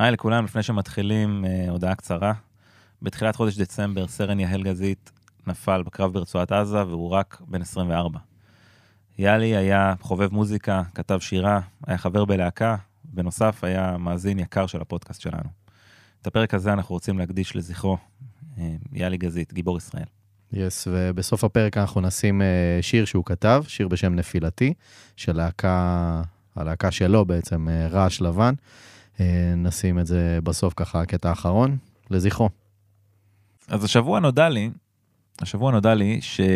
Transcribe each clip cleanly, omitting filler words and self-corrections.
היי לכולם, לפני שמתחילים הודעה קצרה. בתחילת חודש דצמבר, סרן יהל גזית נפל בקרב ברצועת עזה, והוא רק בן 24. יאלי היה חובב מוזיקה, כתב שירה, היה חבר בלהקה, בנוסף היה מאזין יקר של הפודקאסט שלנו. את הפרק הזה אנחנו רוצים להקדיש לזכרו, יאלי גזית, גיבור ישראל. יס, ובסוף הפרק אנחנו נשים שיר שהוא כתב, שיר בשם נפילתי, של הלהקה שלו בעצם, רעש לבן. נשים את זה בסוף ככה, הקטע האחרון, לזכרו. אז השבוע נודע לי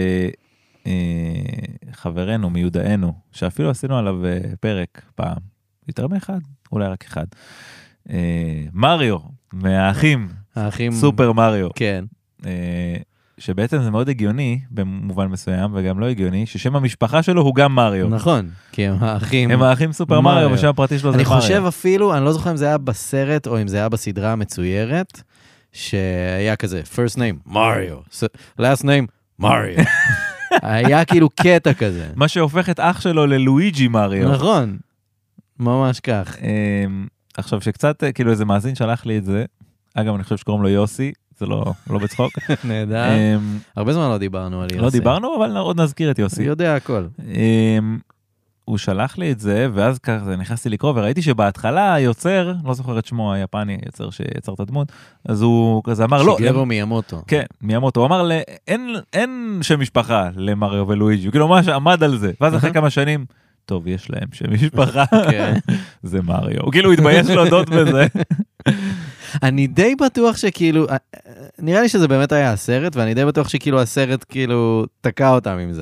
שחברנו, מיודענו, שאפילו עשינו עליו פרק פעם, יותר מאחד, אולי רק אחד, מריו, מהאחים, סופר מריו. כן. שבעצם זה מאוד הגיוני, במובן מסוים, וגם לא הגיוני, ששם המשפחה שלו הוא גם מריו. נכון, כי הם האחים. הם האחים סופר מריו, ושם הפרטי שלו זה מריו. אני חושב אפילו, אני לא זוכר אם זה היה בסרט, או אם זה היה בסדרה המצוירת, שהיה כזה, first name, מריו, last name, מריו. היה כאילו קטע כזה. מה שהופך את אח שלו ללואיג'י מריו. נכון, ממש כך. עכשיו שקצת, כאילו איזה מאזין שלח לי את זה, אגב אני חושב שקוראים לו יוסי, זה לא בצחוק. נהדר. הרבה זמן לא דיברנו על יוסי. לא דיברנו, אבל עוד נזכיר את יוסי. הוא יודע הכל. הוא שלח לי את זה, ואז ככה נכנסתי לקרוא, וראיתי שבהתחלה היוצר, לא זוכר את שמו, היפני, יוצר שיצר את הדמות, אז הוא כזה אמר, לא. שיגרו מיאמוטו. כן, מיאמוטו. הוא אמר, אין שם משפחה למריו ולואיג'י, הוא כאילו ממש עמד על זה. ואז אחרי כמה שנים, טוב, יש להם שם משפחה, זה מריו. הוא כאילו התבייש להודות בזה. אני די בטוח שכאילו, נראה לי שזה באמת היה הסרט, ואני די בטוח שכאילו הסרט כאילו תקע אותם עם זה.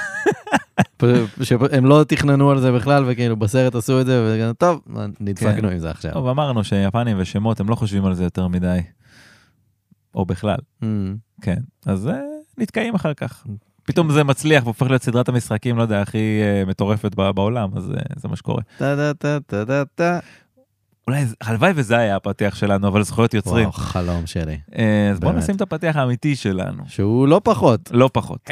שהם לא תכננו על זה בכלל, וכאילו בסרט עשו את זה, וגם טוב, נדפקנו עם זה עכשיו. טוב, אמרנו שיפנים ושמות, הם לא חושבים על זה יותר מדי, או בכלל. כן, אז נתקעים אחר כך. פתאום זה מצליח, והופך להיות סדרת המשחקים, לא יודע, הכי מטורפת בעולם, אז זה מה שקורה. אולי, הלוואי וזה היה הפתיח שלנו, אבל זכויות יוצרים. וואו, חלום שלי. אז בואו נשים את הפתיח האמיתי שלנו. שהוא לא פחות. לא פחות.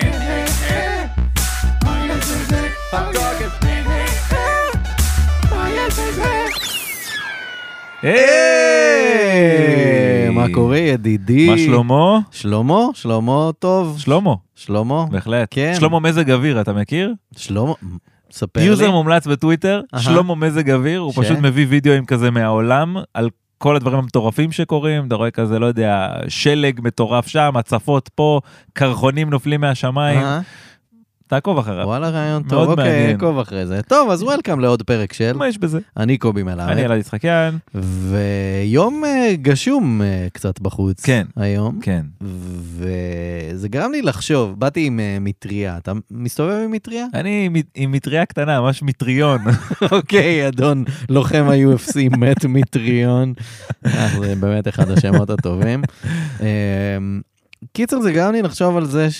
מה קורה ידידי? מה שלמה? שלמה טוב. שלמה? בהחלט. כן. שלמה מזג אוויר, אתה מכיר? שלמה, ספר לי. יוזר מומלץ בטוויטר, שלמה מזג אוויר, הוא פשוט מביא וידאוים כזה מהעולם, על כל הדברים המטורפים שקורים, אתה רואה כזה, לא יודע, שלג מטורף שם, הצפות פה, קרחונים נופלים מהשמיים, תעקוב אחריו. וואלה, רעיון טוב, אוקיי, עקוב אחרי זה. טוב, אז וולקאם לעוד פרק של... מה יש בזה? אני קובי מלארד. אני אלעד יצחקיאן. ויום גשום קצת בחוץ. כן. היום. כן. וזה גרם לי לחשוב, באתי עם מטריה. אתה מסתובב עם מטריה? אני עם מטריה קטנה, ממש מטריון. אוקיי, אדון לוחם ה-UFC מת מטריון. זה באמת אחד השמות הטובים. קיצר, זה גרם לי לחשוב על זה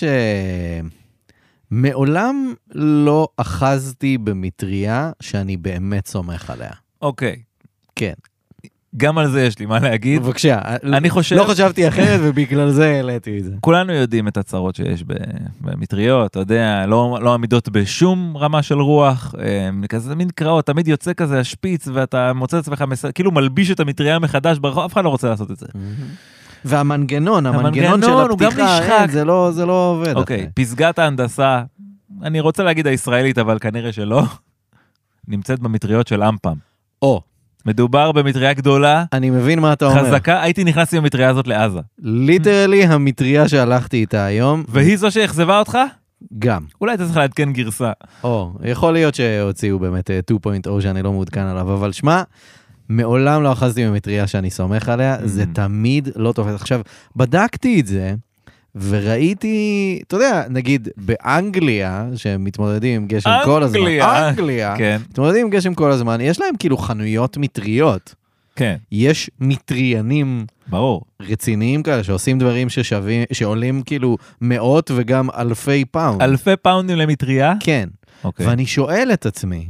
מעולם לא אחזתי במטריה שאני באמת סומך עליה. אוקיי. כן. גם על זה יש לי מה להגיד. בבקשה. אני חושב... לא חשבתי אחרת ובגלל זה העליתי את זה. כולנו יודעים את הצרות שיש במטריות, אתה יודע, לא עמידות בשום רמה של רוח, כזה מין קראות, תמיד יוצא כזה השפיץ, ואתה מוצא את עצמך, כאילו מלביש את המטריה מחדש ברחוב, אף אחד לא רוצה לעשות את זה. והמנגנון של הפתיחה, זה לא עובד. אוקיי, פסגת ההנדסה, אני רוצה להגיד הישראלית, אבל כנראה שלא, נמצאת במטריות של אמפם. מדובר במטריה גדולה. אני מבין מה אתה אומר. חזקה, הייתי נכנס עם המטריה הזאת לעזה. ליטרלי המטריה שהלכתי איתה היום. והיא זו שהחזבה אותך? גם. אולי אתה צריך לעדכן גרסה. יכול להיות שהוציאו באמת 2.0 שאני לא מעודכן עליו, אבל שמה, מעולם לא אחזתי במטריה שאני סומך עליה, זה תמיד לא טוב. עכשיו, בדקתי את זה, וראיתי, אתה יודע, נגיד באנגליה, שמתמודדים עם גשם כל הזמן, אנגליה, מתמודדים עם גשם כל הזמן, יש להם כאילו חנויות מטריות. כן. יש מטריינים רציניים כאלה, שעושים דברים שעולים כאילו מאות וגם אלפי פאונד. אלפי פאונדים למטריה? כן. ואני שואל את עצמי,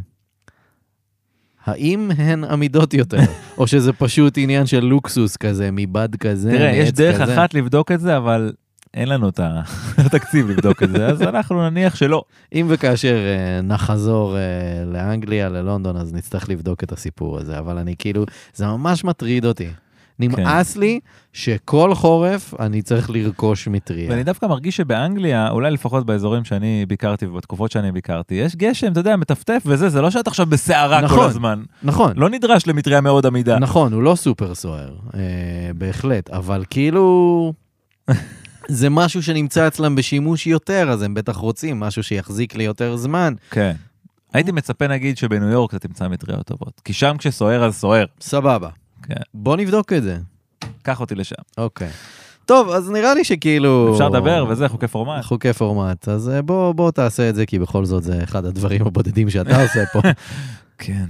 האם הן עמידות יותר? או שזה פשוט עניין של לוקסוס כזה, מבד כזה, תראה, יש דרך אחת לבדוק את זה, אבל אין לנו את התקציב לבדוק את זה, אז אנחנו נניח שלא. אם וכאשר נחזור לאנגליה, ללונדון, אז נצטרך לבדוק את הסיפור הזה, אבל אני כאילו, זה ממש מטריד אותי. נמאס לי שכל חורף אני צריך לרכוש מטריה. ואני דווקא מרגיש שבאנגליה, אולי לפחות באזורים שאני ביקרתי ובתקופות שאני ביקרתי, יש גשם, אתה יודע, מטפטף וזה, זה לא שאת עכשיו בסערה כל הזמן. נכון. לא נדרש למטריה מאוד עמידה. נכון, הוא לא סופר סוער, בהחלט, אבל כאילו, זה משהו שנמצא אצלם בשימוש יותר, אז הם בטח רוצים משהו שיחזיק לי יותר זמן. כן. הייתי מצפה נגיד שבניו יורק אתה תמצא מטריות טובות, כי שם כשסוער אז סוער. סבבה. כן. בוא נבדוק את זה. קח אותי לשם. אוקיי. טוב, אז נראה לי שכאילו... אפשר לדבר וזה חוקי פורמט. חוקי פורמט. אז בוא תעשה את זה, כי בכל זאת זה אחד הדברים הבודדים שאתה עושה פה. כן.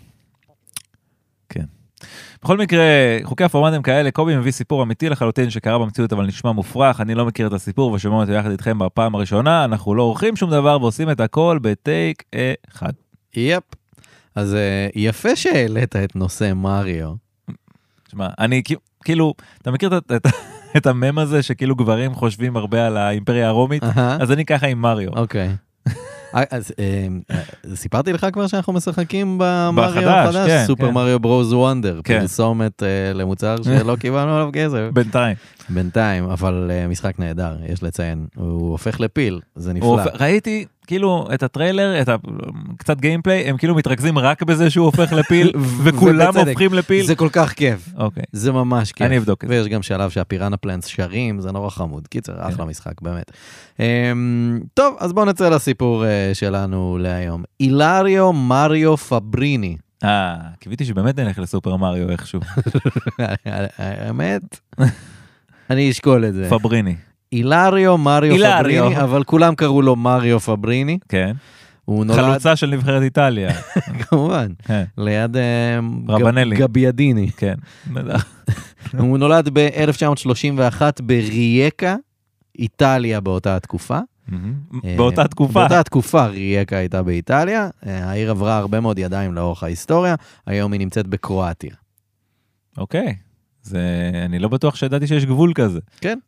כן. בכל מקרה, חוקי הפורמט הם כאלה, קובי מביא סיפור אמיתי לחלוטין שקרה במציאות, אבל נשמע מופרך, אני לא מכיר את הסיפור ושומע אותו יחד איתכם בפעם הראשונה, אנחנו לא עורכים שום דבר ועושים את הכל בטייק אחד. יפ. אז יפה שהעלית את נושא מריו. תשמע, אני כאילו, אתה מכיר את המם הזה שכאילו גברים חושבים הרבה על האימפריה הרומית? אז אני ככה עם מריו. אוקיי. אז סיפרתי לך כבר שאנחנו משחקים במריו החדש, סופר מריו ברוז וונדר, פרסומת למוצר שלא קיבלנו עליו כסף. בינתיים, אבל משחק נהדר, יש לציין, הוא הופך לפיל, זה נפלא. ראיתי כאילו את הטריילר, קצת גיימפליי, הם כאילו מתרכזים רק בזה שהוא הופך לפיל, וכולם הופכים לפיל. זה כל כך כיף, אוקיי. זה ממש כיף. אני אבדוק את זה. ויש גם שלב שהפיראנה פלנטס שרים, זה נורא חמוד, קיצר, אחלה משחק, באמת. טוב, אז בואו נצא לסיפור שלנו להיום. אילריו מריו פבריני. קיוויתי שבאמת נלך לסופר מריו איכשהו. האמת, אני אשקול את זה. פבריני. אילריו מריו פבריני, אבל כולם קראו לו מריו פבריני. כן. חלוצה של נבחרת איטליה. כמובן. ליד רבנלי. גביאדיני. כן. הוא נולד ב-1931 ברייקה, איטליה באותה התקופה. באותה תקופה. באותה תקופה רייקה הייתה באיטליה. העיר עברה הרבה מאוד ידיים לאורך ההיסטוריה. היום היא נמצאת בקרואטיה. אוקיי. אני לא בטוח שידעתי שיש גבול כזה. כן.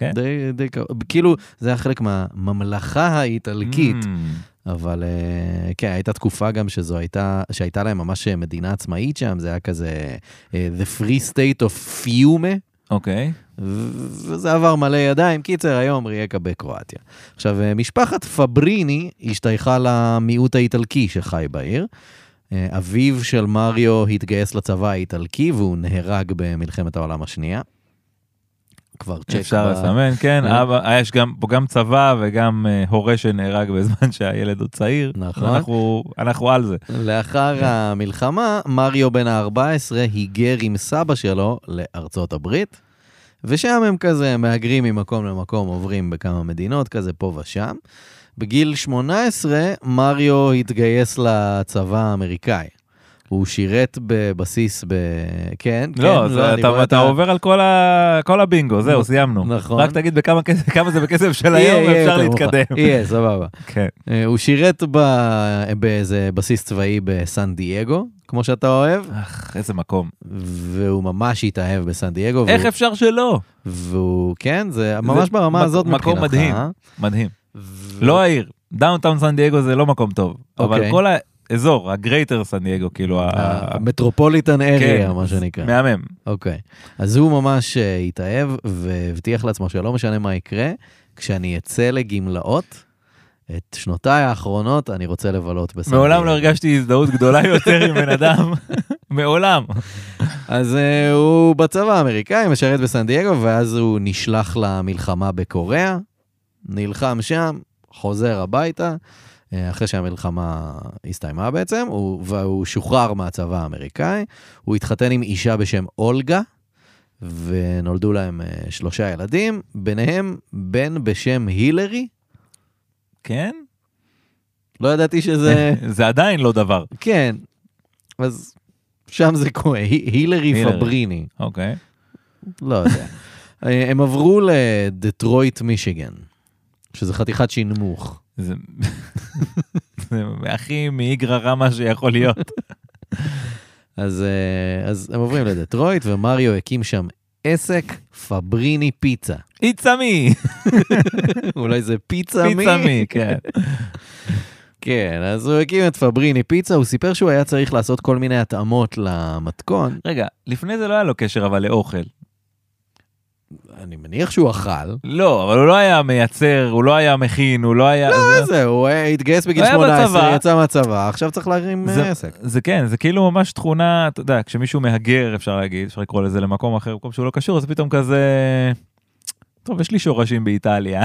כאילו זה היה חלק מהממלכה האיטלקית, אבל כן, הייתה תקופה גם שהייתה להם ממש מדינה עצמאית שם, זה היה כזה The Free State of Fiume. אוקיי. וזה עבר מלא ידיים, קיצר היום רייקה בקרואטיה. עכשיו, משפחת פבריני השתייכה למיעוט האיטלקי שחי בעיר. אביו של מריו התגייס לצבא האיטלקי, והוא נהרג במלחמת העולם השנייה. כבר צ'ק. אפשר לסמן, כן. יש פה גם צבא וגם הורה שנהרג בזמן שהילד הוא צעיר. נכון. אנחנו על זה. לאחר המלחמה, מריו בן ה-14 היגר עם סבא שלו לארצות הברית, ושם הם כזה מהגרים ממקום למקום, עוברים בכמה מדינות, כזה פה ושם. בגיל 18, מריו התגייס לצבא האמריקאי. הוא שירת בבסיס כן. לא, אתה עובר על כל הבינגו, זהו, סיימנו. נכון. רק תגיד כמה זה בכסף של היום, אפשר להתקדם. יהיה, סבבה. כן. הוא שירת באיזה בסיס צבאי בסן דייגו, כמו שאתה אוהב. איזה מקום. והוא ממש התאהב בסן דייגו. איך אפשר שלא? והוא, כן, זה ממש ברמה הזאת מבחינתך. מקום מדהים, מדהים. לא העיר, דאונטאון סן דייגו זה לא מקום טוב, אבל כל האזור, הגרייטר סן דייגו, כאילו המטרופוליטן אריה, מה שנקרא. מהמם. אוקיי, אז הוא ממש התאהב והבטיח לעצמו שלא משנה מה יקרה, כשאני אצא לגמלאות, את שנותיי האחרונות אני רוצה לבלות בסן דייגו. מעולם לא הרגשתי הזדהות גדולה יותר עם בן אדם, מעולם. אז הוא בצבא האמריקאי, משרת בסן דייגו, ואז הוא נשלח למלחמה בקוריאה, נלחם שם, חוזר הביתה, אחרי שהמלחמה הסתיימה בעצם, והוא שוחרר מהצבא האמריקאי, הוא התחתן עם אישה בשם אולגה, ונולדו להם 3 ילדים, ביניהם בן בשם הילרי. כן? לא ידעתי שזה... זה עדיין לא דבר. כן, אז שם זה קורה, הילרי פבריני. אוקיי. לא יודע. הם עברו לדטרויט, מישיגן. שזה חתיכת שינמוך. זה הכי מאיגרא רמא שיכול להיות. אז הם עוברים לדטרויט, ומריו הקים שם עסק פבריני פיצה. איצמי! אולי זה פיצה מי? פיצה מי, כן. כן, אז הוא הקים את פבריני פיצה, הוא סיפר שהוא היה צריך לעשות כל מיני התאמות למתכון. רגע, לפני זה לא היה לו קשר אבל לאוכל. אני מניח שהוא אכל. לא, אבל הוא לא היה מייצר, הוא לא היה מכין, הוא לא היה... לא, זהו, הוא התגייס בגיל 18, יצא מהצבא, עכשיו צריך להרים עסק. זה כן, זה כאילו ממש תכונה, אתה יודע, כשמישהו מהגר, אפשר להגיד, אפשר לקרוא לזה למקום אחר, מקום שהוא לא קשור, אז פתאום כזה... טוב, יש לי שורשים באיטליה.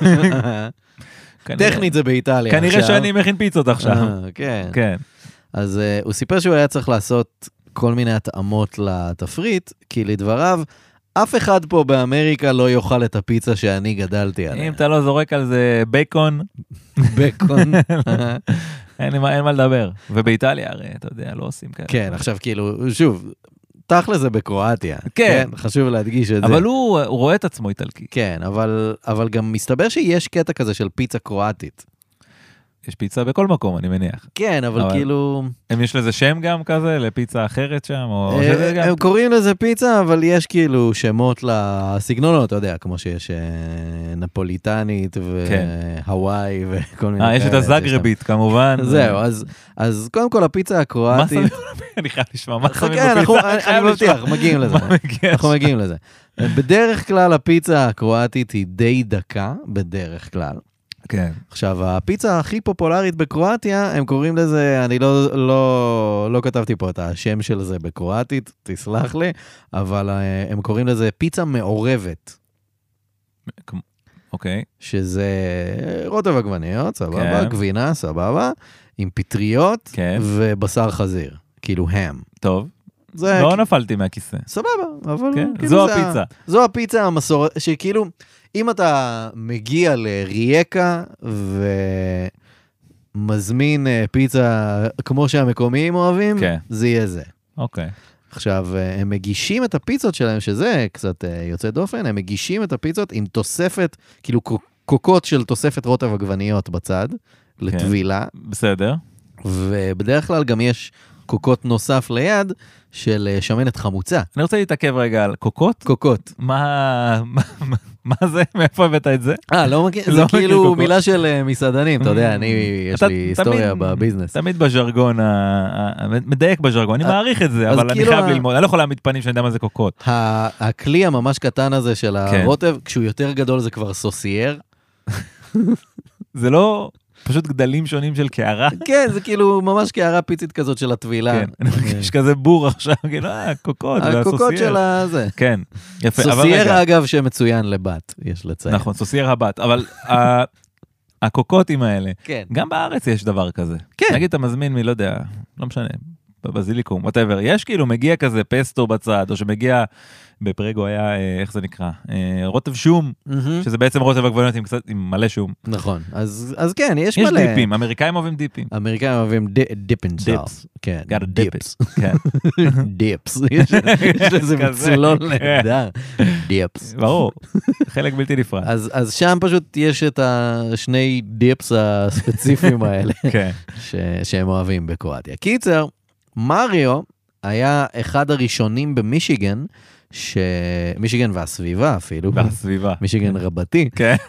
טכנית זה באיטליה. כנראה שאני מכין פיצות עכשיו. כן. אז הוא סיפר שהוא היה צריך לעשות כל מיני התאמות לתפריט, כי לדבריו, אף אחד פה באמריקה לא יאכל את הפיצה שאני גדלתי עליה. אם אתה לא זורק על זה בייקון, אין מה לדבר. ובאיטליה הרי, אתה יודע, לא עושים כאלה. כן, עכשיו כאילו, שוב, תכל'ס זה בקרואטיה. כן. חשוב להדגיש את זה. אבל הוא רואה את עצמו איטלקי. כן, אבל גם מסתבר שיש קטע כזה של פיצה קרואטית. יש פיצה בכל מקום, אני מניח. כן, אבל כאילו... יש לזה שם גם כזה, לפיצה אחרת שם? הם קוראים לזה פיצה, אבל יש כאילו שמות לסגנונות, אתה יודע, כמו שיש נפוליטנית והוואי וכל מיני כאלה. יש את הזגרבית כמובן. זהו, אז קודם כל הפיצה הקרואטית... אני חייב לשמוע, מה שמים בפיצה? אני מבטיח, מגיעים לזה. אנחנו מגיעים לזה. בדרך כלל הפיצה הקרואטית היא די דקה, בדרך כלל. כן. עכשיו, הפיצה הכי פופולרית בקרואטיה, הם קוראים לזה, אני לא כתבתי פה את השם של זה בקרואטית, תסלח לי, אבל הם קוראים לזה פיצה מעורבת. אוקיי. שזה רוטב עגבניות, סבבה, גבינה, סבבה, עם פטריות ובשר חזיר, כאילו הם. טוב. לא נפלתי מהכיסא. סבבה, אבל... זו הפיצה. זו הפיצה המסורת, שכאילו... אם אתה מגיע לרייקה ומזמין פיצה כמו שהמקומיים אוהבים, זה יהיה זה. אוקיי. עכשיו, הם מגישים את הפיצות שלהם, שזה קצת יוצא דופן, הם מגישים את הפיצות עם תוספת, כאילו קוקות של תוספת רוטב עגבניות בצד, לטבילה. בסדר. ובדרך כלל גם יש קוקות נוסף ליד, של שמנת חמוצה. אני רוצה להתעכב רגע על קוקות. קוקות. מה זה? מאיפה הבאת את זה? לא מכיר, זה כאילו מילה של מסעדנים, אתה יודע, יש לי היסטוריה בביזנס. תמיד בז'רגון, מדייק בז'רגון, אני מעריך את זה, אבל אני חייב ללמוד, אני לא יכול להעמיד פנים שאני יודע מה זה קוקות. הכלי הממש קטן הזה של הרוטב, כשהוא יותר גדול זה כבר סוסייר. זה לא... פשוט גדלים שונים של קערה. כן, זה כאילו ממש קערה פיצית כזאת של הטבילה. כן, יש כזה בור עכשיו, כאילו, הקוקות, הקוקות של הזה. כן, יפה. סוסייר אגב שמצוין לבת, יש לציין. נכון, סוסייר הבת, אבל הקוקותים האלה, גם בארץ יש דבר כזה. נגיד אתה מזמין מי, לא יודע, לא משנה, בבזיליקום, whatever, יש כאילו מגיע כזה פסטו בצד, או שמגיע, בפרגו היה, איך זה נקרא, רוטב שום, שזה בעצם רוטב עגבניות עם מלא שום. נכון, אז כן, יש מלא. יש דיפים, אמריקאים אוהבים דיפים. אמריקאים אוהבים דיפים סאוס. כן, דיפס. דיפס. יש לזה מצלול נהדר. דיפס. ברור, חלק בלתי נפרד. אז שם פשוט יש את השני דיפס הספציפיים האלה, שהם אוהבים בקרואטיה. קיצר, מריו היה אחד הראשונים במישיגן, מישיגן והסביבה אפילו, מישיגן רבתי,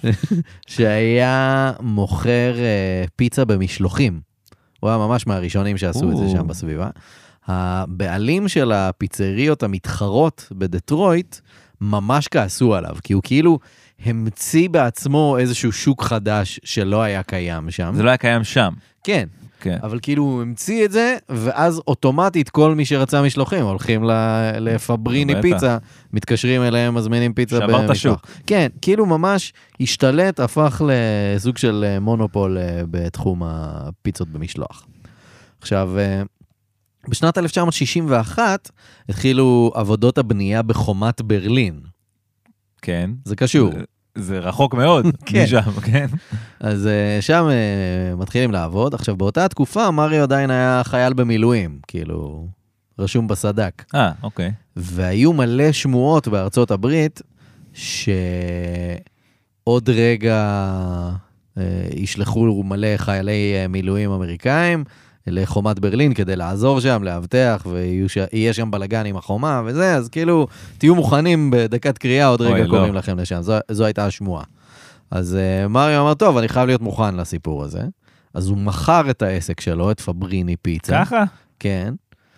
שהיה מוכר פיצה במשלוחים. הוא היה ממש מהראשונים שעשו את זה שם בסביבה. הבעלים של הפיצריות המתחרות בדטרויט ממש כעסו עליו, כי הוא כאילו המציא בעצמו איזשהו שוק חדש שלא היה קיים שם. זה לא היה קיים שם. כן. אבל כאילו הוא המציא את זה, ואז אוטומטית כל מי שרצה משלוחים, הולכים לפבריני פיצה, מתקשרים אליהם, מזמינים פיצה במשלוח. שבר את השוק. כן, כאילו ממש השתלט, הפך לסוג של מונופול בתחום הפיצות במשלוח. עכשיו, בשנת 1961 התחילו עבודות הבנייה בחומת ברלין. כן. זה קשור. זה רחוק מאוד משם, כן. אז שם מתחילים לעבוד. עכשיו, באותה התקופה, מריו עדיין היה חייל במילואים, כאילו, רשום בסדק. אוקיי. והיו מלא שמועות בארצות הברית, שעוד רגע ישלחו מלא חיילי מילואים אמריקאים, לחומת ברלין כדי לעזור שם, לאבטח, ויהיה שם בלגן עם החומה וזה, אז כאילו, תהיו מוכנים בדקת קריאה, עוד רגע קוראים לכם לשם. זו הייתה השמועה. אז מריו אמר, טוב, אני חייב להיות מוכן לסיפור הזה. אז הוא מכר את העסק שלו, את פבריני פיצה. ככה? כן.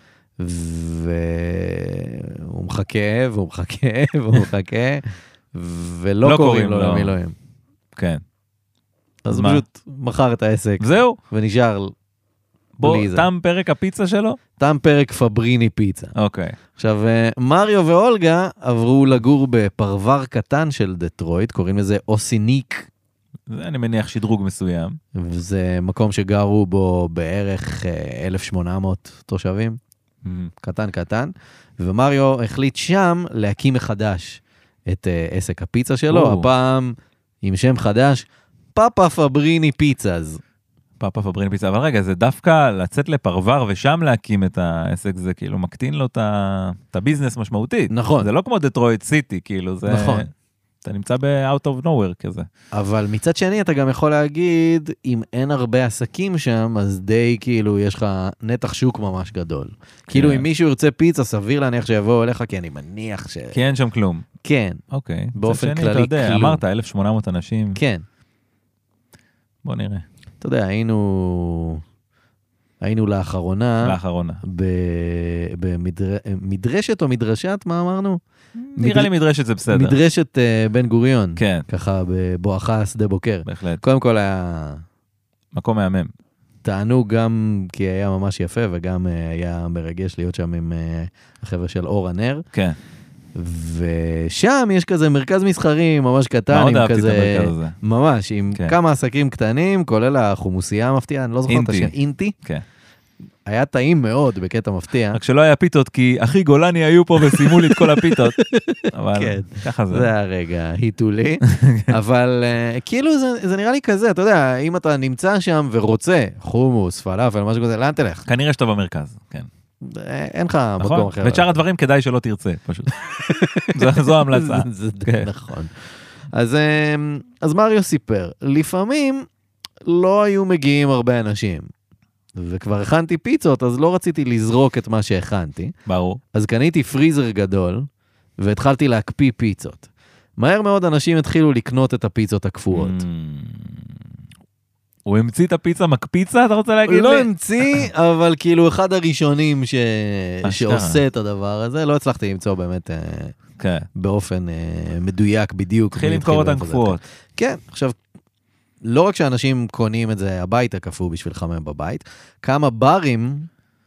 והוא מחכה, והוא מחכה, והוא מחכה, ולא קוראים לו למילואים. כן. אז הוא פשוט מכר את העסק. זהו. ונשאר בוא, תם פרק הפיצה שלו? תם פרק פבריני פיצה. אוקיי. עכשיו, מריו ואולגה עברו לגור בפרבר קטן של דטרויט, קוראים לזה אוסיניק. זה אני מניח שדרוג מסוים. וזה מקום שגרו בו בערך 1,800 תושבים. קטן קטן. ומריו החליט שם להקים מחדש את עסק הפיצה שלו, הפעם עם שם חדש, פאפה פבריני פיצאז. פאפה פבריני פיצה, אבל רגע, זה דווקא לצאת לפרבר ושם להקים את העסק, זה כאילו מקטין לו את הביזנס משמעותית. נכון. זה לא כמו דטרויט סיטי, כאילו זה... נכון. אתה נמצא ב-out of nowhere כזה. אבל מצד שני אתה גם יכול להגיד, אם אין הרבה עסקים שם, אז די כאילו יש לך נתח שוק ממש גדול. כאילו אם מישהו ירצה פיצה, סביר להניח שיבואו אליך, כי אני מניח ש... כי אין שם כלום. כן. אוקיי. באופן כללי כלום. אמרת 1,800 אנשים. כן. בוא נראה. אתה יודע, היינו לאחרונה במדרשת או מדרשת, מה אמרנו? נראה לי מדרשת זה בסדר. מדרשת בן גוריון. כן. ככה בבואכה שדה בוקר. בהחלט. קודם כל היה... מקום מהמם. טענו גם כי היה ממש יפה, וגם היה מרגש להיות שם עם החבר'ה של אור הנר. כן. ושם יש כזה מרכז מסחרי ממש קטן. מאוד אהבתי את המרכז הזה. ממש, עם כמה עסקים קטנים, כולל החומוסייה המפתיעה, אני לא זוכר את השם. אינטי. כן. היה טעים מאוד בקטע מפתיע. רק שלא היה פיתות, כי אחי גולני היו פה וסיימו לי את כל הפיתות. אבל ככה זה. זה הרגע, היתולי. אבל כאילו זה נראה לי כזה, אתה יודע, אם אתה נמצא שם ורוצה חומוס, פלאפל, משהו כזה, לאן תלך? כנראה שאתה במרכז, כן. אין לך מקום אחר. ושאר הדברים כדאי שלא תרצה, פשוט. זו המלצה. זה נכון. אז מריו סיפר, לפעמים לא היו מגיעים הרבה אנשים. וכבר הכנתי פיצות, אז לא רציתי לזרוק את מה שהכנתי. ברור. אז קניתי פריזר גדול, והתחלתי להקפיא פיצות. מהר מאוד אנשים התחילו לקנות את הפיצות הקפואות. הוא המציא את הפיצה מקפיצה, אתה רוצה להגיד לי? לא המציא, אבל כאילו אחד הראשונים שעושה את הדבר הזה, לא הצלחתי למצוא באמת באופן מדויק בדיוק. התחיל למכור אותן קפואות. כן, עכשיו, לא רק שאנשים קונים את זה הביתה קפוא בשביל חמם בבית, כמה ברים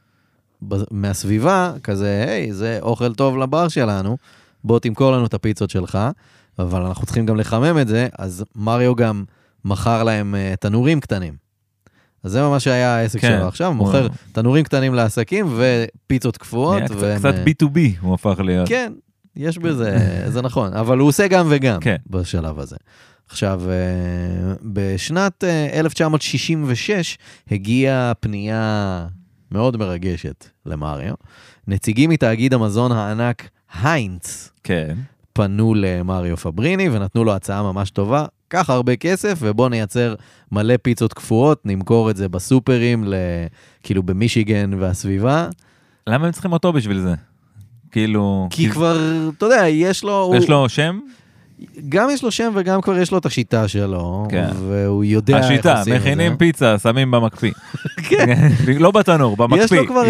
מהסביבה, כזה, היי, זה אוכל טוב לבר שלנו, בוא תמכור לנו את הפיצות שלך, אבל אנחנו צריכים גם לחמם את זה, אז מריו גם מכר להם תנורים קטנים. אז זה ממש היה העסק שלו עכשיו, מוכר תנורים קטנים לעסקים ופיצות קפואות. קצת B2B הוא הפך להיות. כן, יש בזה, זה נכון, אבל הוא עושה גם וגם בשלב הזה. עכשיו, בשנת 1966 הגיעה פנייה מאוד מרגשת למריו. נציגים מתאגיד המזון הענק היינץ פנו למריו פבריני ונתנו לו הצעה ממש טובה. קח הרבה כסף ובוא נייצר מלא פיצות קפואות, נמכור את זה בסופרים, כאילו במישיגן והסביבה. למה הם צריכים אותו בשביל זה? כאילו... כי כבר, אתה יודע, יש לו... יש לו שם? גם יש לו שם וגם כבר יש לו את השיטה שלו, והוא יודע איך עושים את זה. השיטה, מכינים פיצה, שמים במקפיא. לא בתנור, במקפיא. יש לו כבר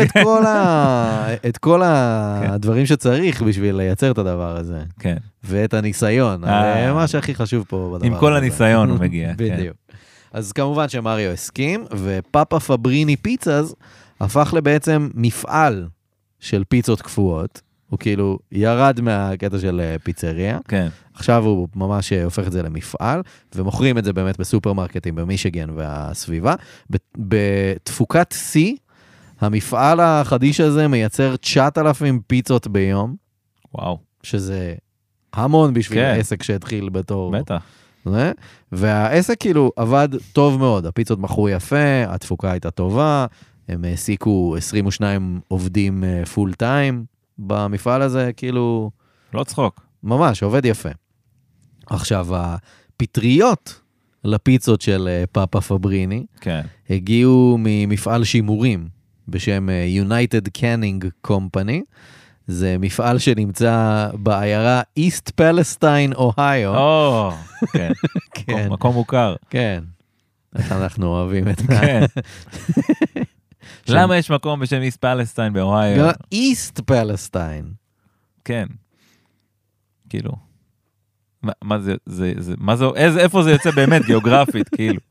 את כל הדברים שצריך בשביל לייצר את הדבר הזה. כן. ואת הניסיון. מה שהכי חשוב פה בדבר הזה. עם כל הניסיון הוא מגיע. בדיוק. אז כמובן שמריו הסכים, ופאפה פבריני פיצאז הפך לבעצם מפעל של פיצות קפואות. הוא כאילו ירד מהקטע של פיצריה. כן. עכשיו הוא ממש הופך את זה למפעל, ומוכרים את זה באמת בסופרמרקטים במישיגן והסביבה. בתפוקת C, המפעל החדיש הזה מייצר 9,000 פיצות ביום. וואו. שזה המון בשביל העסק שהתחיל בתור. בטח. והעסק כאילו עבד טוב מאוד. הפיצות מכרו יפה, התפוקה הייתה טובה, הם העסיקו 22 עובדים פול טיים. במפעל הזה, כאילו... לא צחוק. ממש, עובד יפה. עכשיו, הפטריות לפיצות של פאפה פבריני, כן. הגיעו ממפעל שימורים בשם United Canning Company, זה מפעל שנמצא בעיירה איסט פלסטיין, אוהיו. כן. כן. מקום מוכר. כן. איך אנחנו אוהבים את זה. כן. למה יש מקום בשם איסט פלסטיין באוהיו? איסט פלסטיין. כן. כאילו. מה זה, איפה זה יוצא באמת גיאוגרפית, כאילו?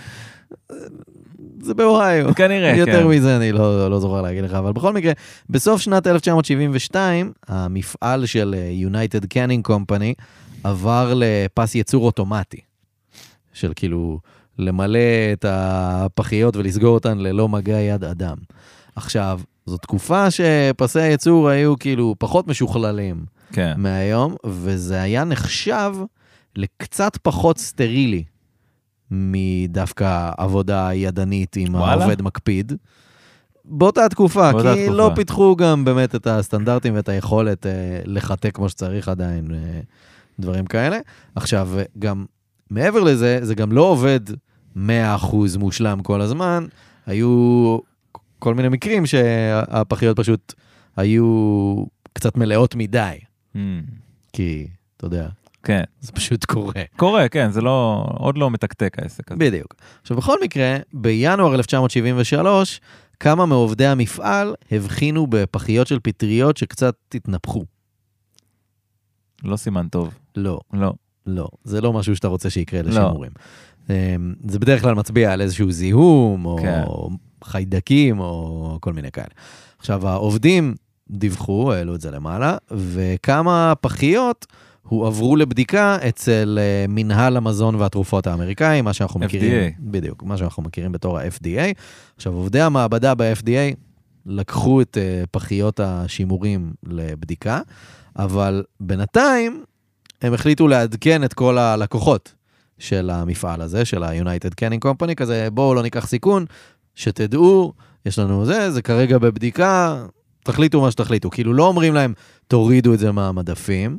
זה באוהיו. כנראה, כן. יותר מזה אני לא זוכר להגיד לך, אבל בכל מקרה, בסוף שנת 1972, המפעל של United Canning Company עבר לפס ייצור אוטומטי, של כאילו למלא את הפחיות ולסגור אותן ללא מגע יד אדם. עכשיו, זו תקופה שפסי הייצור היו כאילו פחות משוכללים מהיום, וזה היה נחשב לקצת פחות סטרילי מדווקא עבודה ידנית עם העובד מקפיד. באותה תקופה, כי לא פיתחו גם באמת את הסטנדרטים ואת היכולת לחטא כמו שצריך עדיין, דברים כאלה. עכשיו, גם מעבר לזה, זה גם לא עובד 100% מושלם כל הזמן, היו כל מיני מקרים שהפחיות פשוט היו קצת מלאות מדי. כי, אתה יודע, כן. זה פשוט קורה. קורה, כן, זה לא, עוד לא מתקתק העסק הזה. בדיוק. עכשיו, בכל מקרה, בינואר 1973, כמה מעובדי המפעל הבחינו בפחיות של פטריות שקצת התנפחו. לא סימן טוב. לא. לא. לא. זה לא משהו שאתה רוצה שיקרה לשימורים. זה בדרך כלל מצביע על איזשהו זיהום, או חיידקים, או כל מיני כאלה. עכשיו, העובדים דיווחו, העלו את זה למעלה, וכמה פחיות הועברו לבדיקה אצל מנהל המזון והתרופות האמריקאי, מה שאנחנו מכירים, בדיוק, מה שאנחנו מכירים בתור ה-FDA. עכשיו, עובדי המעבדה ב-FDA לקחו את פחיות השימורים לבדיקה, אבל בינתיים הם החליטו לעדכן את כל הלקוחות של המפעל הזה, של ה-United Canning Company, כזה בואו לא ניקח סיכון, שתדעו, יש לנו זה כרגע בבדיקה, תחליטו מה שתחליטו. כאילו לא אומרים להם, תורידו את זה מהמדפים,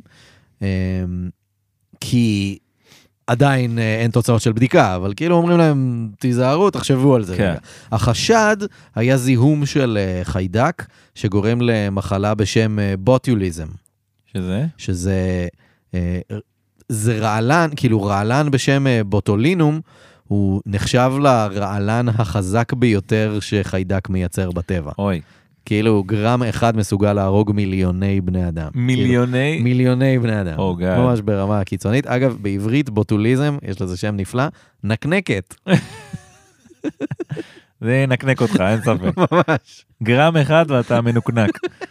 כי עדיין אין תוצאות של בדיקה, אבל כאילו אומרים להם, תיזהרו, תחשבו על זה. כן. החשד היה זיהום של חיידק, שגורם למחלה בשם בוטוליזם. שזה זה רעלן, כאילו רעלן בשם בוטולינום, הוא נחשב לרעלן החזק ביותר שחיידק מייצר בטבע. אוי. כאילו גרם אחד מסוגל להרוג מיליוני בני אדם. מיליוני? כאילו, מיליוני בני אדם. Oh, God. ממש ברמה הקיצונית. אגב, בעברית בוטוליזם, יש לזה שם נפלא, נקנקת. זה נקנק אותך, אין ספק. ממש. גרם אחד ואתה מנוקנק.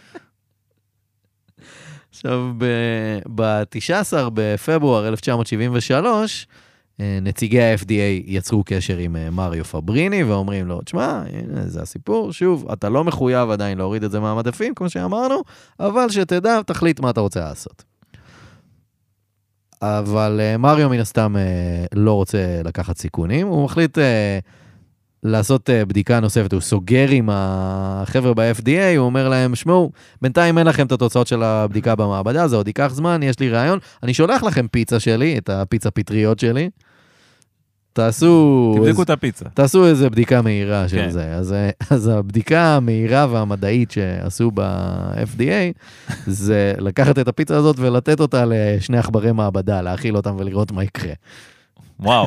עכשיו, ב-19 בפברואר 1973, נציגי ה-FDA יצרו קשר עם מריו פבריני, ואומרים לו, תשמע, הנה, זה הסיפור, שוב, אתה לא מחויב עדיין להוריד את זה מהמדפים, כמו שאמרנו, אבל שתדע, תחליט מה אתה רוצה לעשות. אבל מריו מן הסתם לא רוצה לקחת סיכונים, הוא מחליט לעשות בדיקה נוספת, הוא סוגר עם החבר'ה ב-FDA, הוא אומר להם, שמעו, בינתיים אין לכם את התוצאות של הבדיקה במעבדה, זה עוד ייקח זמן, יש לי רעיון, אני שולח לכם פיצה שלי, את הפיצה פטריות שלי, תבדקו את הפיצה. תעשו איזה בדיקה מהירה של זה, אז הבדיקה המהירה והמדעית שעשו ב-FDA, זה לקחת את הפיצה הזאת ולתת אותה לשני עכברי מעבדה, להאכיל אותם ולראות מה יקרה. וואו.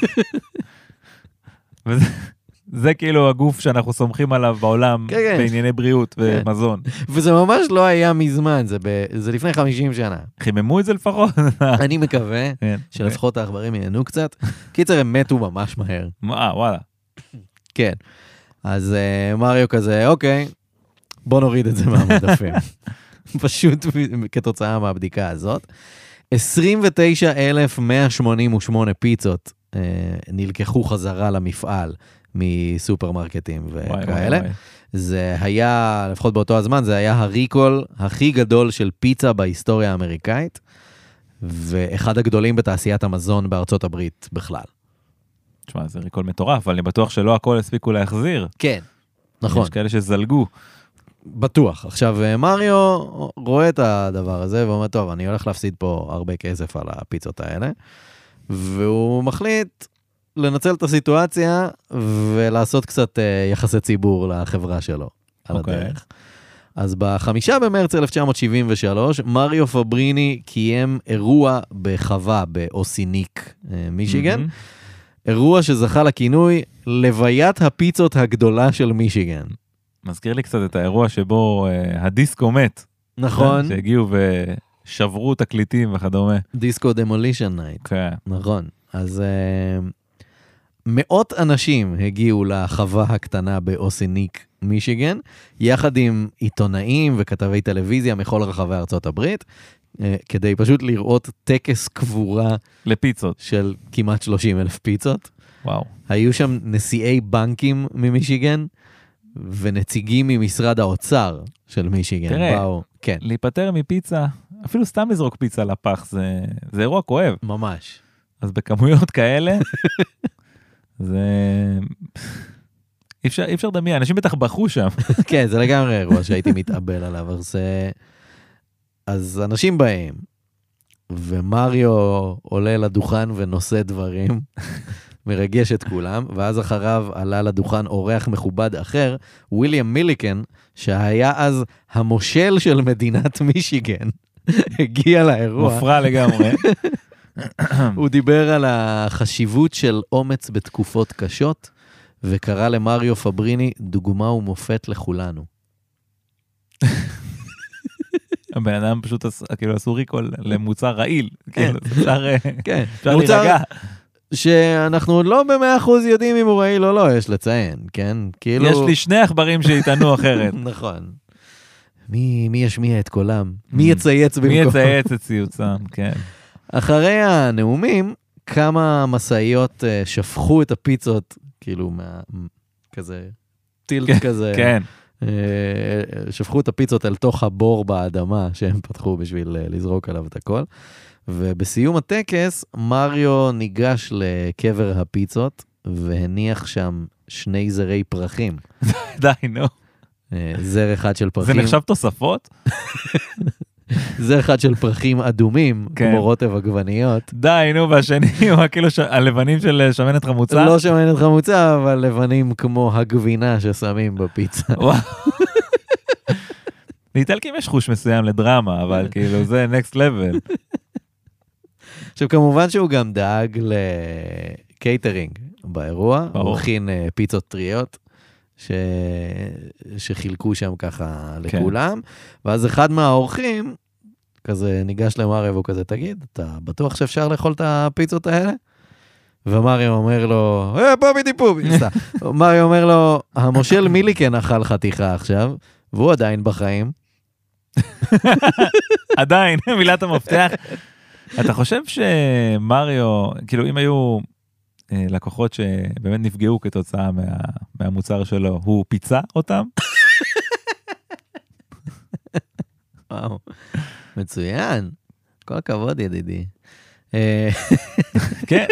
זה כאילו הגוף שאנחנו סומכים עליו בעולם, בענייני בריאות ומזון. וזה ממש לא היה מזמן, זה לפני 50 שנה. חיממו את זה לפחות? אני מקווה שלפחות העכברים ייהנו קצת. קיצר, הם מתו ממש מהר. וואלה. כן. אז מריו כזה, אוקיי, בוא נוריד את זה מהמדפים. פשוט כתוצאה מהבדיקה הזאת. 29,188 פיצות נלקחו חזרה למפעל מסופרמרקטים וכאלה. זה היה, לפחות באותו הזמן, זה היה הריקול הכי גדול של פיצה בהיסטוריה האמריקאית, ואחד הגדולים בתעשיית המזון בארצות הברית בכלל. תשמע, זה ריקול מטורף, אבל אני בטוח שלא הכל הספיקו להחזיר. כן, נכון. יש כאלה שזלגו. בטוח. עכשיו, מריו רואה את הדבר הזה, ואומר, טוב, אני הולך להפסיד פה הרבה כסף על הפיצות האלה, והוא מחליט לנצל את הסיטואציה ולעשות קצת יחסי ציבור לחברה שלו על הדרך. אז ב5 במרץ 1973, מריו פבריני קיים אירוע בחווה באוסיניק, מישיגן. אירוע שזכה לכינוי לוויית הפיצות הגדולה של מישיגן. מזכיר לי קצת את האירוע שבו הדיסקו מת. נכון. שהגיעו ושברו תקליטים וכדומה. דיסקו דמולישן נייט. כן. נכון. אז מאות אנשים הגיעו לחווה הקטנה באוסיניק, מישיגן, יחד עם עיתונאים וכתבי טלוויזיה מכל רחבי ארצות הברית, כדי פשוט לראות טקס קבורה לפיצות של כמעט 30,000 פיצות. וואו. היו שם נשיאי בנקים ממישיגן, ונציגים ממשרד האוצר של מישיגן. תראה, באו, כן. להיפטר מפיצה, אפילו סתם לזרוק פיצה לפח, זה אירוע כואב. ממש. אז בכמויות כאלה, זה... אי אפשר לדמיין, אנשים בטח בחו שם. כן, זה לגמרי אירוע שהייתי מתאבל עליו. אז אנשים באים, ומריו עולה לדוכן ונושא דברים, מרגש את כולם, ואז אחריו עלה לדוכן אורח מכובד אחר, וויליאם מיליקן, שהיה אז המושל של מדינת מישיגן, הגיע לאירוע. מופרע לגמרי. הוא דיבר על החשיבות של אומץ בתקופות קשות, וקרא למריו פבריני דוגמה ומופת לכולנו. הבן אדם פשוט עשו ריקול למוצר רעיל. אפשר להירגע. שאנחנו לא ב100% יודעים אם הוא רעיל או לא, יש לציין, כן? יש לי 2 עכברים שיתענו אחרת. נכון. מי ישמיע את קולם? מי יצייץ במקום? מי יצייץ את ציוצם, כן. אחרי הנאומים, כמה מסעיות שפכו את הפיצות, כאילו כזה, טילט כזה. כן. שפכו את הפיצות אל תוך הבור באדמה שהם פתחו בשביל לזרוק עליו את הכל. ובסיום הטקס, מריו ניגש לקבר הפיצות, והניח שם 2 זרי פרחים. די, נו. זר אחד של פרחים. זה נחשב תוספות? זר אחד של פרחים אדומים, כמו רוטב עגבניות. די, נו, והשני הוא כאילו הלבנים של שמנת חמוצה? לא שמנת חמוצה, אבל לבנים כמו הגבינה ששמים בפיצה. וואו. לאיטלקים יש חוש מסוים לדרמה, אבל כאילו זה next level. עכשיו, כמובן שהוא גם דאג לקייטרינג באירוע, הוא הכין פיצות טריות, שחילקו שם ככה לכולם, ואז אחד מהאורחים, כזה ניגש למריו, והוא כזה, תגיד, אתה בטוח שאפשר לאכול את הפיצות האלה? ומריו אומר לו, פובי, מריו אומר לו, המושל מיליקן אכל חתיכה עכשיו, והוא עדיין בחיים. עדיין, מילת המפתח. אתה חושב שמריו, כאילו אם היו לקוחות שבאמת נפגעו כתוצאה מהמוצר שלו, הוא פיצה אותם? וואו, מצוין. כל הכבוד ידידי. כן.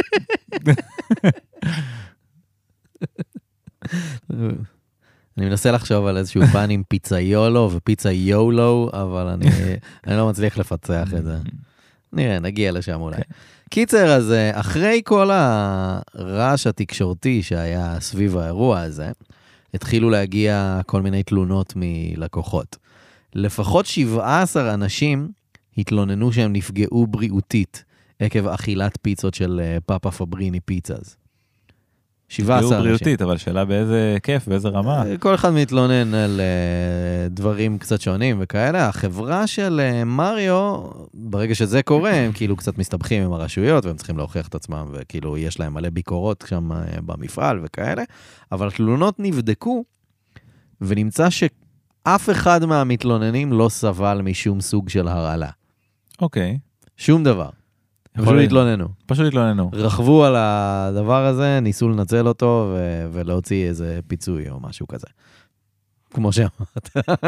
אני מנסה לחשוב על איזשהו פן עם פיצה יולו ופיצה יולו, אבל אני לא מצליח לפצח את זה. נראה, נגיע לשם אולי. קיצר, אז אחרי כל הרעש התקשורתי שהיה סביב האירוע הזה, התחילו להגיע כל מיני תלונות מלקוחות. לפחות 17 אנשים התלוננו שהם נפגעו בריאותית עקב אכילת פיצות של פאפה פבריני פיצאז. 17 אנשים. בריאותית, אבל שאלה באיזה כיף, באיזה רמה. כל אחד מתלונן על דברים קצת שונים וכאלה. החברה של מריו, ברגע שזה קורה, הם כאילו קצת מסתבכים עם הרשויות, והם צריכים להוכיח את עצמם, וכאילו יש להם מלא ביקורות שם במפעל וכאלה. אבל התלונות נבדקו, ונמצא שאף אחד מהמתלוננים לא סבל משום סוג של הרעלה. אוקיי. שום דבר. פשוט התלוננו. רכבו על הדבר הזה, ניסו לנצל אותו ולהוציא איזה פיצוי או משהו כזה. כמו שאמרת.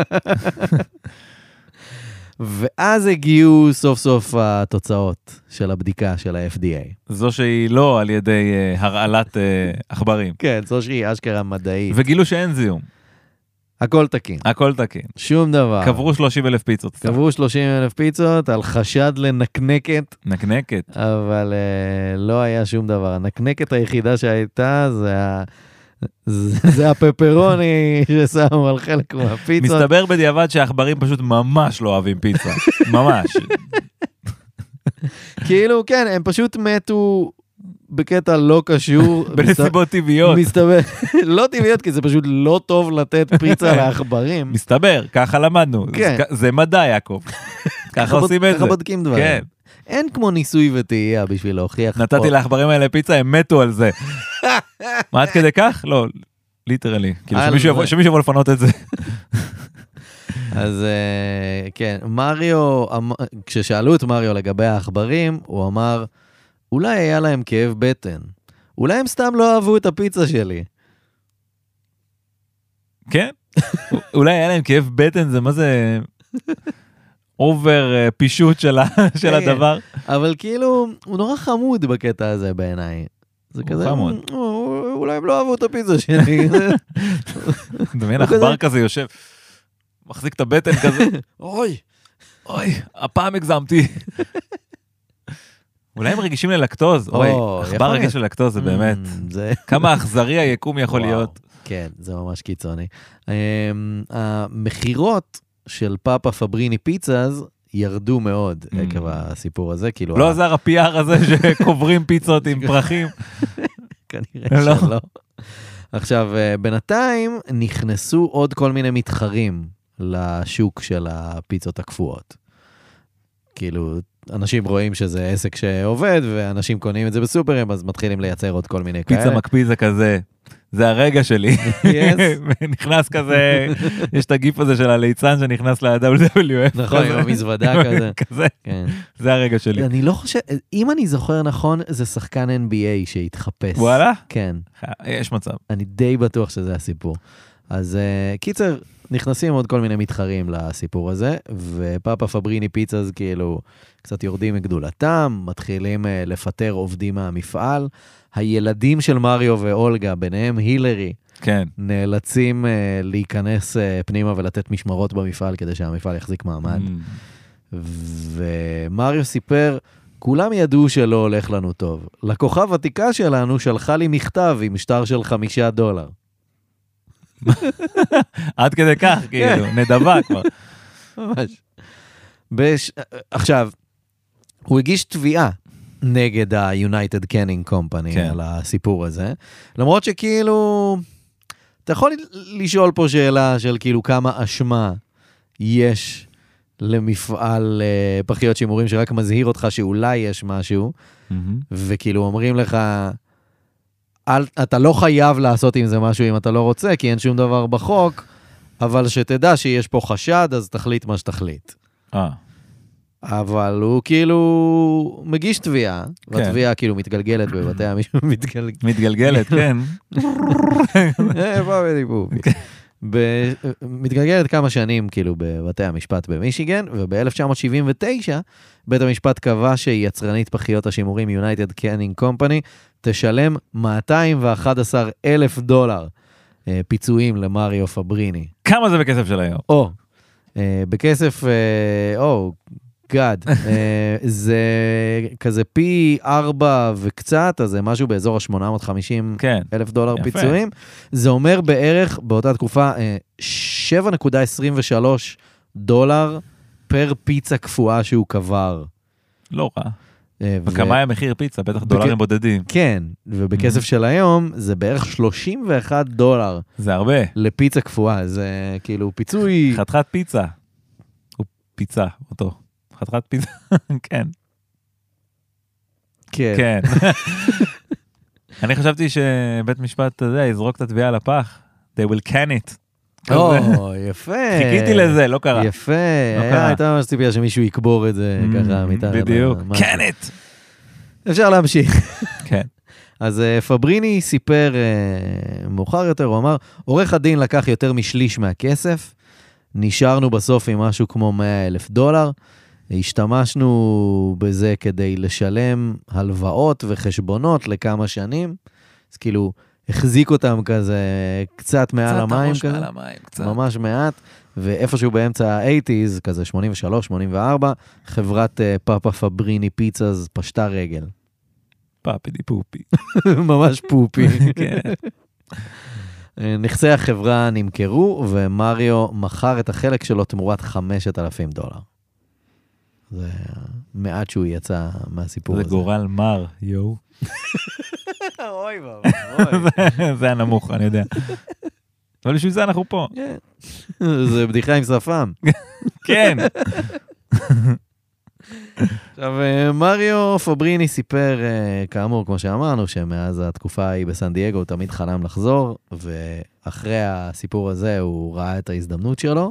ואז הגיעו סוף סוף התוצאות של הבדיקה של ה-FDA. זו שהיא לא על ידי הרעלת עכברים. כן, זו שהיא אשכרה מדעית. וגילו שאין זיהום. הכל תקין. הכל תקין. שום דבר. קברו 30,000 פיצות. קברו 30,000 פיצות על חשד לנקנקת, נקנקת. אבל לא היה שום דבר. הנקנקת היחידה שהייתה זה הפפרוני ששמו על חלק מהפיצות. מסתבר בדיעבד שהעכברים פשוט ממש לא אוהבים פיצה. ממש. כאילו, כן, הם פשוט מתו בקטע לא קשור. בנסיבות טבעיות. מסתבר, לא טבעיות, כי זה פשוט לא טוב לתת פיצה לעכברים. מסתבר, ככה למדנו. כן. זה מדע, יעקב. ככה עושים את זה. ככה בודקים דברים. כן. אין כמו ניסוי וטעייה בשביל להוכיח. נתתי לעכברים האלה פיצה, הם מתו על זה. מה עד כדי כך? לא, ליטרלי. כאילו שמישהו יבוא לפנות את זה. אז כן, מריו, כששאלו את מריו לגבי העכברים, הוא אמר, אולי היה להם כאב בטן. אולי הם סתם לא אהבו את הפיצה שלי. כן? אולי היה להם כאב בטן, זה מה זה אובר פישוט של הדבר. אבל כאילו, הוא נורא חמוד בקטע הזה בעיניי. זה כזה, אולי הם לא אהבו את הפיצה שלי. דמיין, עכבר כזה יושב, מחזיק את הבטן כזה, אוי, הפעם הגזמתי. אולי הם רגישים ללקטוז, אוי, עכבר רגיש ללקטוז, זה באמת, כמה אכזרי היקום יכול להיות. כן, זה ממש קיצוני. המחירות של פאפה פבריני פיצאז ירדו מאוד עקב הסיפור הזה, כאילו... לא עזר הפיאר הזה שקוברים פיצות עם פרחים. כנראה שלא. עכשיו, בינתיים נכנסו עוד כל מיני מתחרים לשוק של הפיצות הקפואות. כאילו, אנשים רואים שזה עסק שעובד, ואנשים קונים את זה בסופרים, אז מתחילים לייצר עוד כל מיני כאלה. פיצה מקפיזה כזה, זה הרגע שלי. נכנס כזה, יש את הגיף הזה של הליצן שנכנס ל-WWF. נכון, עם המזוודה כזה. כזה, זה הרגע שלי. אני לא חושב, אם אני זוכר נכון, זה שחקן NBA שהתחפש. וואלה? כן. יש מצב. אני די בטוח שזה הסיפור. אז קיצר, נכנסים עוד כל מיני מתחרים לסיפור הזה, ופאפה פבריני פיצאז כאילו קצת יורדים מגדולתם, מתחילים לפטר עובדים מהמפעל. הילדים של מריו ואולגה, ביניהם הילרי, כן. נאלצים להיכנס פנימה ולתת משמרות במפעל כדי שהמפעל יחזיק מעמד. ומריו סיפר, כולם ידעו שלא הולך לנו טוב. לקוחה ותיקה שלנו שלחה לי מכתב עם שטר של $5. עד כדי כך, כאילו, נדבה כבר. ממש. עכשיו, הוא הגיש תביעה נגד ה-United Canning Company על הסיפור הזה, למרות שכאילו, אתה יכול לשאול פה שאלה של כאילו כמה אשמה יש למפעל פחיות שימורים שרק מזהיר אותך שאולי יש משהו, וכאילו אומרים לך, אתה לא חייב לעשות עם זה משהו אם אתה לא רוצה, כי אין שום דבר בחוק, אבל שתדע שיש פה חשד, אז תחליט מה שתחליט. אבל הוא כאילו מגיש תביעה, והתביעה כאילו מתגלגלת בבתי המשפט. מתגלגלת, כן. מתגלגלת כמה שנים כאילו בבתי המשפט במישיגן, וב-1979 בית המשפט קבע שיצרנית פחיות השימורים United Canning Company תשלם $211,000 פיצויים למריו פבריני. כמה זה בכסף של היום? בכסף, גד, זה כזה פי 4 וקצת, אז זה משהו באזור $850,000 פיצויים. זה אומר בערך באותה תקופה $7.23 פר פיצה קפואה שהוא קבר. לא רע. וכמה היה מחיר פיצה? בטח דולרים בודדים. כן, ובכסף של היום זה בערך $31. זה הרבה. לפיצה קפואה, זה כאילו פיצוי... חתיכת פיצה. הוא פיצה אותו. חתיכת פיצה, כן. כן. אני חשבתי שבית משפט הזה יזרוק את התביעה לפח. They will can it. יפה. חיכיתי לזה, לא קרה. יפה. הייתה ממש ציפייה שמישהו יקבור את זה ככה מתחת. בדיוק. can it. אפשר להמשיך. כן. אז פבריני סיפר מאוחר יותר, הוא אמר, עורך הדין לקח יותר משליש מהכסף, נשארנו בסוף עם משהו כמו $100,000, השתמשנו בזה כדי לשלם הלוואות וחשבונות לכמה שנים, אז כאילו החזיק אותם כזה קצת מעל המים קצת כזה. מעל המים, קצת. ממש מעט, ואיפשהו באמצע ה-80s, כזה 83, 84, חברת פאפה פבריני פיצאז פשטה רגל. פאפי די פופי. ממש פופי. כן. נכסי החברה נמכרו, ומריו מכר את החלק שלו תמורת $5,000. זה מעט שהוא יצא מהסיפור הזה. זה גורל מר, יואו. אוי ואבוי. זה הנמוך, אני יודע. אבל בשביל זה אנחנו פה. זה בדיחה עם שפם. כן. עכשיו, מריו פבריני סיפר, כאמור, כמו שאמרנו, שמאז התקופה ההיא בסן דייגו הוא תמיד חלם לחזור, ואחרי הסיפור הזה הוא ראה את ההזדמנות שלו,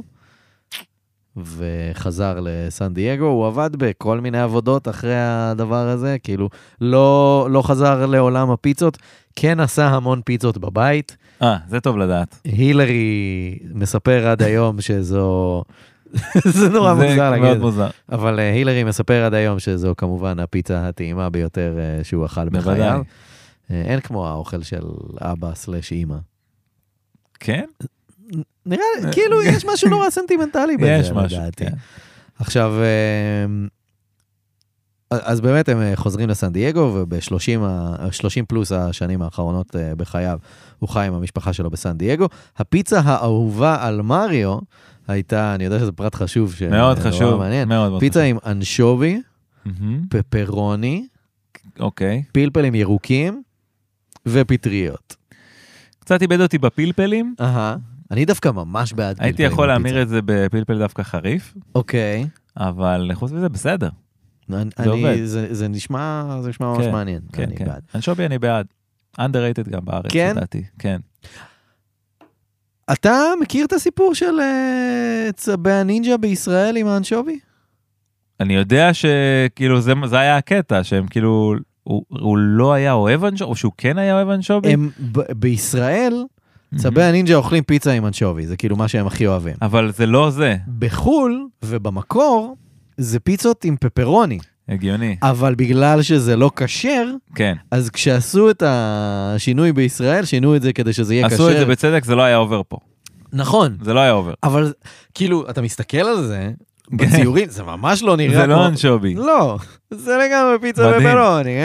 וחזר לסן דייגו. הוא עבד בכל מיני עבודות אחרי הדבר הזה, כאילו לא חזר לעולם הפיצות, כן עשה המון פיצות בבית. זה טוב לדעת. הילרי מספר עד היום שזו... זה נורא מוזר להגיד. זה מאוד מוזר. אבל הילרי מספר עד היום שזו כמובן הפיצה הטעימה ביותר שהוא אכל בחייו. אין כמו האוכל של אבא/אמא. כן? נראה לי, כאילו יש משהו נורא סנטימנטלי בזה, יש משהו, לדעתי. כן. עכשיו, אז באמת הם חוזרים לסן דייגו, וב-30 פלוס השנים האחרונות בחייו, הוא חי עם המשפחה שלו בסן דייגו. הפיצה האהובה על מריו הייתה, אני יודע שזה פרט חשוב, מאוד חשוב, מאוד פיצה עם אנשובי, פפרוני, אוקיי. פלפלים ירוקים ופטריות. קצת איבד אותי בפלפלים. אני דווקא ממש בעד פלפלים. הייתי יכול להמיר את זה בפלפל דווקא חריף. אוקיי. אבל חוץ מזה בסדר. זה נשמע ממש מעניין. כן, כן. אנשובי אני בעד. underrated גם בארץ, לדעתי. כן. אתה מכיר את הסיפור של צבי הנינג'ה בישראל עם האנשובי? אני יודע שכאילו זה היה הקטע, שהם כאילו, הוא לא היה אוהב אנשובי, או שהוא כן היה אוהב אנשובי? בישראל, צבי הנינג'ה אוכלים פיצה עם אנשובי, זה כאילו מה שהם הכי אוהבים. אבל זה לא זה. בחול ובמקור, זה פיצות עם פפרוני. הגיוני. אבל בגלל שזה לא כשר, כן. אז כשעשו את השינוי בישראל, שינו את זה כדי שזה יהיה כשר. עשו את זה בצדק, זה לא היה עובר פה. נכון. זה לא היה עובר. אבל כאילו, אתה מסתכל על זה, בציורים, זה ממש לא נראה זה לא אנשובי. לא, זה לגמרי פיצה פפרוני,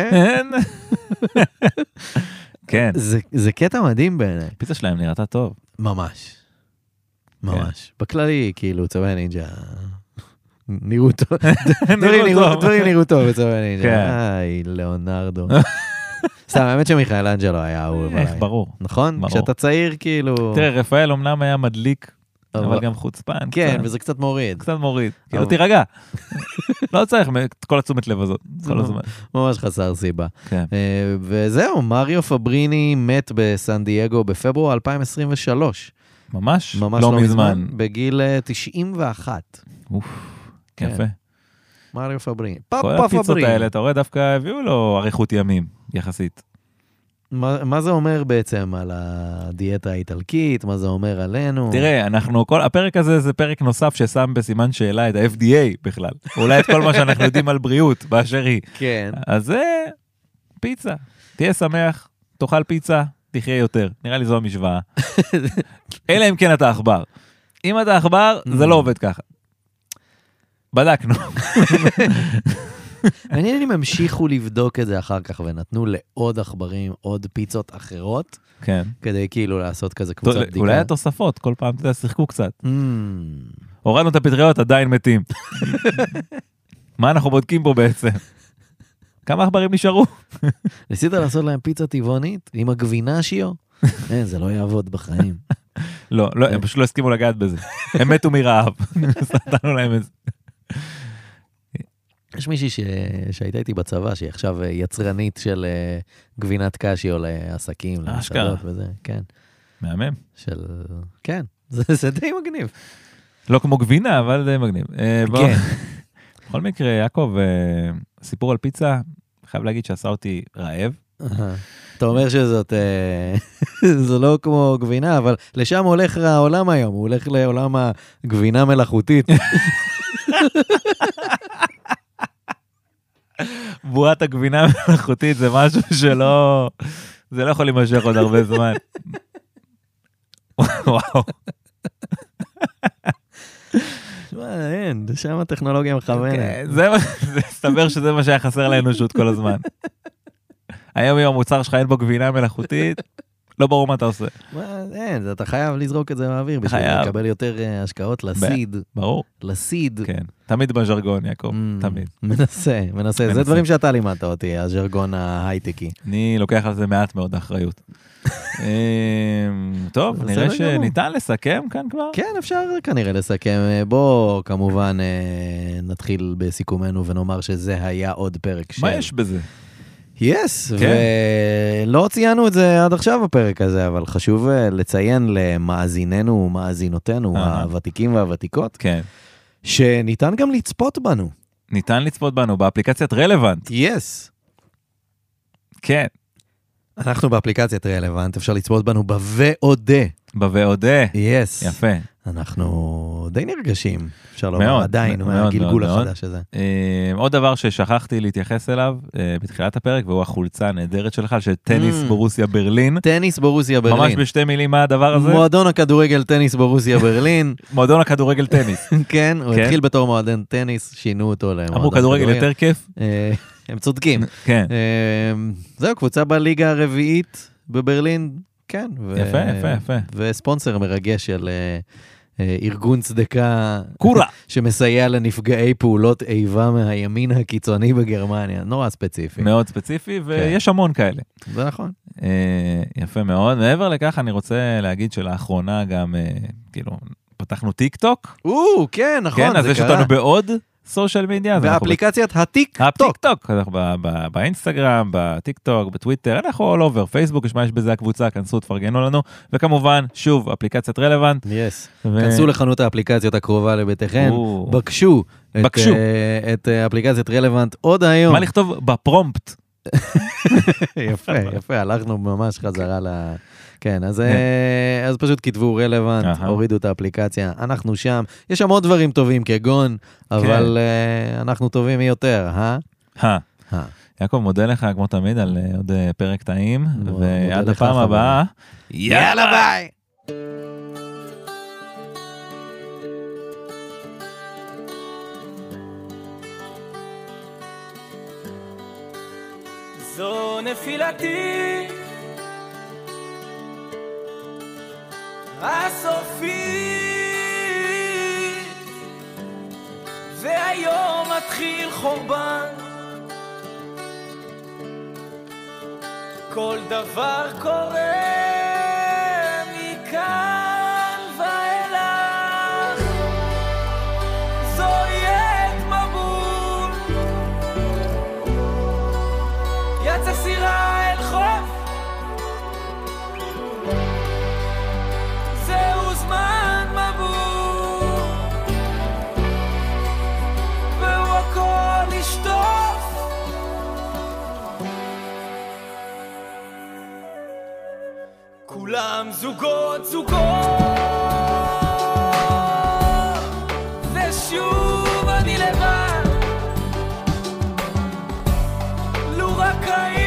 כן. זה קטע מדהים בעיניי. פיצה שלהם נראתה טוב. ממש. ממש. בכללי, כאילו, צבי הנינג'ה... נראו טוב. דברים נראו טוב בצבי הנינג'ה. איי, ליאונרדו. סתם, האמת שמיכאל אנג'לו היה אהוב עליי. ברור. נכון? כשאתה צעיר, כאילו... תראה, רפאל אמנם היה מדליק, אבל גם חוצפן. כן, וזה קצת מוריד. קצת מוריד. כאילו, תירגע. לא צריך את כל התשומת לב הזאת. ממש חסר סיבה. וזהו, מריו פבריני מת בסן דייגו בפברואר 2023. ממש? לא מזמן. בגיל 91. יפה. מריו פבריני. כל הפיצות האלה, אתה רואה, דווקא הביאו לו אריכות ימים, יחסית. מה זה אומר בעצם על הדיאטה האיטלקית? מה זה אומר עלינו? תראה, הפרק הזה זה פרק נוסף ששם בסימן שאלה את ה-FDA בכלל. אולי את כל מה שאנחנו יודעים על בריאות, באשר היא. כן. אז זה פיצה. תהיה שמח, תאכל פיצה, תחיה יותר. נראה לי זו המשוואה. אלא אם כן אתה עכבר. אם אתה עכבר, זה לא עובד ככה. בדקנו. מעניין אם המשיכו לבדוק את זה אחר כך, ונתנו לעוד עכברים, עוד פיצות אחרות, כן. כדי כאילו לעשות כזה קבוצת בדיקה. אולי התוספות, כל פעם, אתה יודע, שיחקו קצת. הורדנו את הפטריות, עדיין מתים. מה אנחנו בודקים פה בעצם? כמה עכברים נשארו? ניסית לעשות להם פיצה טבעונית עם הגבינה שיו? זה לא יעבוד בחיים. לא, הם פשוט לא הסכימו לגעת בזה. הם מתו מרעב. נתנו להם את זה. יש מישהי שהייתה איתי בצבא, שהיא עכשיו יצרנית של גבינת קשיו לעסקים, למסעדות וזה, כן. מהמם. כן, זה די מגניב. לא כמו גבינה, אבל זה מגניב. כן. בכל מקרה, יעקב, סיפור על פיצה, חייב להגיד שעשה אותי רעב. אתה אומר שזאת, זה לא כמו גבינה, אבל לשם הולך העולם היום, הוא הולך לעולם הגבינה מלאכותית. בועת הגבינה המלאכותית זה משהו שלא... זה לא יכול להימשך עוד הרבה זמן. וואו. אין, שם הטכנולוגיה מכוונת. זה מסתבר שזה מה שהיה חסר לאנושות כל הזמן. היום אם המוצר שלך אין בו גבינה מלאכותית, לא ברור מה אתה עושה. אין, אתה חייב לזרוק את זה באוויר, בשביל לקבל יותר השקעות לסיד. ברור. לסיד. כן, תמיד בז'רגון, יעקב, תמיד. מנסה. זה דברים שאתה לימדת אותי, הז'רגון ההייטקי. אני לוקח על זה מעט מאוד אחריות. טוב, נראה שניתן לסכם כאן כבר. כן, אפשר כנראה לסכם. בוא כמובן נתחיל בסיכומנו ונאמר שזה היה עוד פרק של... מה יש בזה? יס, ולא ציינו את זה עד עכשיו בפרק הזה, אבל חשוב לציין למאזיננו ומאזינותינו, הוותיקים והוותיקות, שניתן גם לצפות בנו. ניתן לצפות בנו באפליקציית רלוונט. יס. כן. אנחנו באפליקציית רלוונט, אפשר לצפות בנו ב-VOD. ב-VOD. יס. יפה. אנחנו די נרגשים, אפשר לומר, עדיין, מהגלגול החדש הזה. עוד דבר ששכחתי להתייחס אליו בתחילת הפרק, והוא החולצה הנהדרת שלך, של טניס בורוסיה ברלין. טניס בורוסיה ברלין. ממש בשתי מילים מה הדבר הזה? מועדון הכדורגל טניס בורוסיה ברלין. מועדון הכדורגל טניס. כן, הוא התחיל בתור מועדון טניס, שינו אותו למועדון אמרו כדורגל יותר כיף? הם צודקים. כן. זהו, קבוצה בליגה הרביעית בברלין, כן. יפה, יפה, יפה. וספונסר מרגש של ארגון צדקה. קורה. שמסייע לנפגעי פעולות איבה מהימין הקיצוני בגרמניה. נורא ספציפי. מאוד ספציפי, ויש המון כאלה. זה נכון. יפה מאוד. מעבר לכך, אני רוצה להגיד שלאחרונה גם, כאילו, פתחנו טיק טוק. כן, נכון, כן, אז יש אותנו בעוד סושיאל מדיה. ואפליקציית הטיק טוק. הטיק טוק, אנחנו באינסטגרם, בטיק טוק, בטוויטר, אנחנו all over, פייסבוק, יש בזה הקבוצה, כנסו, תפרגנו לנו, וכמובן, שוב, אפליקציית רלוונט. כנסו לחנות האפליקציות הקרובה לביתכם, בקשו את אפליקציית רלוונט עוד היום. מה לכתוב בפרומפט? יפה, יפה, הלכנו ממש חזרה ל... כן, אז פשוט כתבו רלוונט, הורידו את האפליקציה, אנחנו שם, יש שם עוד דברים טובים כגון, אבל אנחנו טובים מי יותר, יעקב, מודה לך כמו תמיד על עוד פרק טעים, ועד הפעם הבאה, יאללה ביי! זו נפילתי הסופית, והיום מתחיל חורבן, כל דבר קורה מכאן ואילך, זוהי עת מבול, יצא סירה אל חוף, זהו זמן מבול, והוא הכל ישטוף, כולם זוגות זוגות, ושוב אני לבד, לו רק